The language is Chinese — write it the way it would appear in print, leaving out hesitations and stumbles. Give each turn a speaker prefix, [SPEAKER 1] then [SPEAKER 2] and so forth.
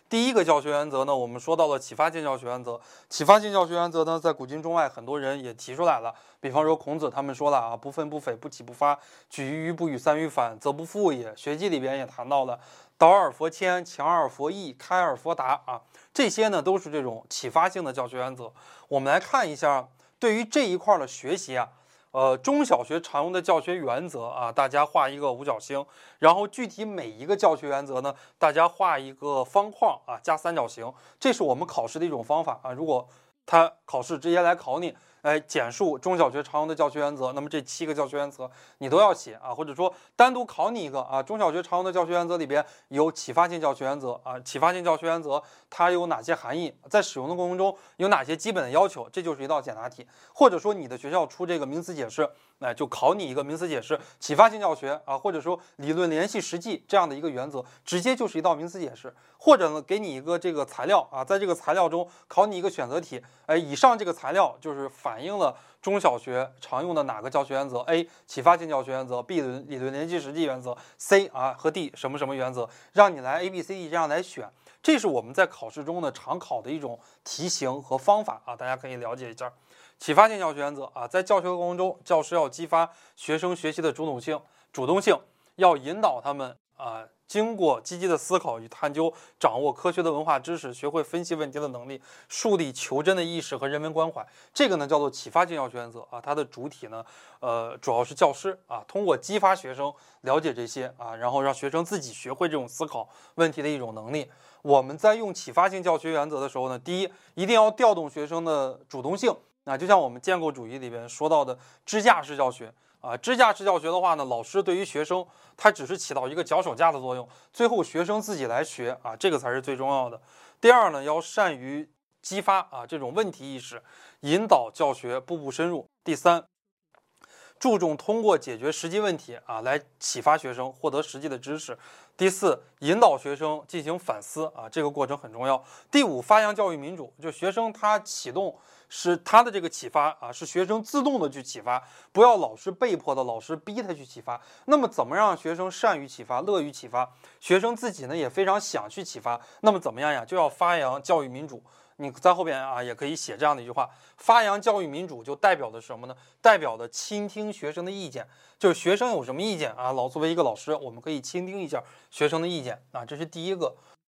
[SPEAKER 1] 第一个教学原则呢，我们说到了启发性教学原则。启发性教学原则呢，在古今中外很多人也提出来了。比方说孔子他们说了啊，不愤不悱，不启不发，举于虞，不与三于反，则不复也。学记里边也谈到了导而佛谦，强而佛易，开而佛达啊，这些呢都是这种启发性的教学原则。我们来看一下，对于这一块的学习啊。中小学常用的教学原则啊，大家画一个五角星，然后具体每一个教学原则呢，大家画一个方框啊，加三角形，这是我们考试的一种方法啊。如果他考试直接来考你，简述中小学常用的教学原则，那么这7个教学原则你都要写啊，或者说单独考你一个啊，中小学常用的教学原则里边有启发性教学原则啊，启发性教学原则它有哪些含义，在使用的过程中有哪些基本的要求，这就是一道简答题。或者说你的学校出这个名词解释，就考你一个名词解释，启发性教学啊，或者说理论联系实际这样的一个原则，直接就是一道名词解释。或者呢，给你一个这个材料啊，在这个材料中考你一个选择题，以上这个材料就是反映了中小学常用的哪个教学原则 ？A. 启发性教学原则 ，B. 理论联系实际原则 ，C. 和 D. 什么什么原则，让你来 A、B、C、D 这样来选。这是我们在考试中呢常考的一种题型和方法啊，大家可以了解一下。启发性教学原则啊，在教学过程中，教师要激发学生学习的主动性，要引导他们啊。经过积极的思考与探究，掌握科学的文化知识，学会分析问题的能力，树立求真的意识和人文关怀，这个呢叫做启发性教学原则啊。它的主体呢，主要是教师啊，通过激发学生了解这些啊，然后让学生自己学会这种思考问题的一种能力。我们在用启发性教学原则的时候呢，第一，一定要调动学生的主动性啊，就像我们建构主义里边说到的支架式教学。支架式教学的话呢，老师对于学生他只是起到一个脚手架的作用，最后学生自己来学啊，这个才是最重要的。第二呢，要善于激发这种问题意识，引导教学步步深入。第三，注重通过解决实际问题来启发学生获得实际的知识。第四，引导学生进行反思这个过程很重要。第五，发扬教育民主，就学生他启动是他的这个启发是学生自动的去启发，不要老师被迫的，老师逼他去启发。那么怎么让学生善于启发，乐于启发？学生自己呢也非常想去启发，那么怎么样呀？就要发扬教育民主。你在后边也可以写这样的一句话：发扬教育民主就代表的是什么呢？代表的倾听学生的意见，就是学生有什么意见作为一个老师，我们可以倾听一下学生的意见这是第一个。